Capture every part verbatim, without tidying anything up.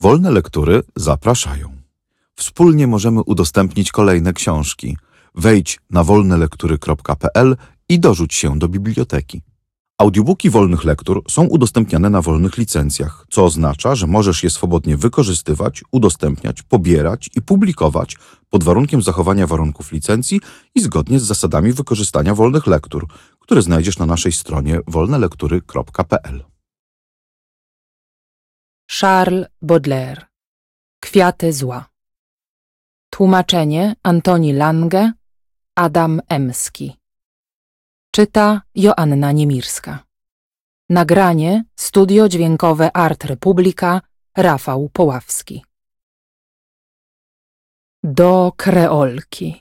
Wolne Lektury zapraszają. Wspólnie możemy udostępnić kolejne książki. Wejdź na wolne lektury kropka p l i dorzuć się do biblioteki. Audiobooki Wolnych Lektur są udostępniane na wolnych licencjach, co oznacza, że możesz je swobodnie wykorzystywać, udostępniać, pobierać i publikować pod warunkiem zachowania warunków licencji i zgodnie z zasadami wykorzystania wolnych lektur, które znajdziesz na naszej stronie wolne lektury kropka p l. Charles Baudelaire. Kwiaty zła. Tłumaczenie Antoni Lange, Adam Emski. Czyta Joanna Niemirska. Nagranie Studio Dźwiękowe Art Republika, Rafał Poławski. Do kreolki.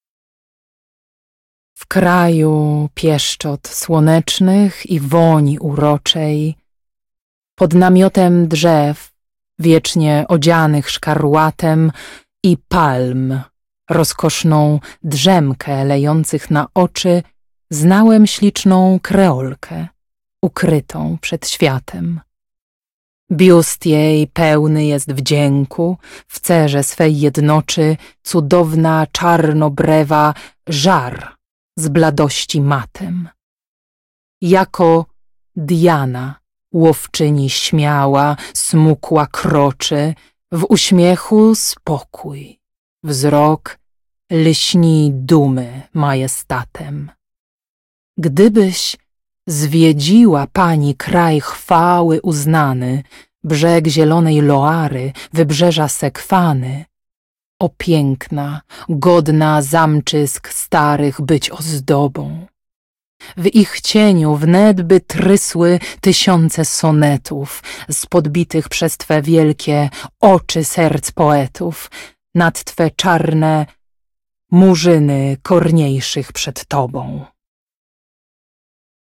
W kraju pieszczot słonecznych i woni uroczej, pod namiotem drzew, wiecznie odzianych szkarłatem i palm, rozkoszną drzemkę lejących na oczy, znałem śliczną kreolkę, ukrytą przed światem. Biust jej pełny jest wdzięku, w cerze swej jednoczy cudowna czarnobrewa żar z bladości matem. Jako Diana, łowczyni śmiała, smukła kroczy, w uśmiechu spokój, wzrok lśni dumy majestatem. Gdybyś zwiedziła pani kraj chwały uznany, brzeg zielonej Loary, wybrzeża Sekwany, o piękna, godna zamczysk starych być ozdobą. W ich cieniu wnet by trysły tysiące sonetów z podbitych przez twe wielkie oczy serc poetów, nad twe czarne murzyny korniejszych przed tobą.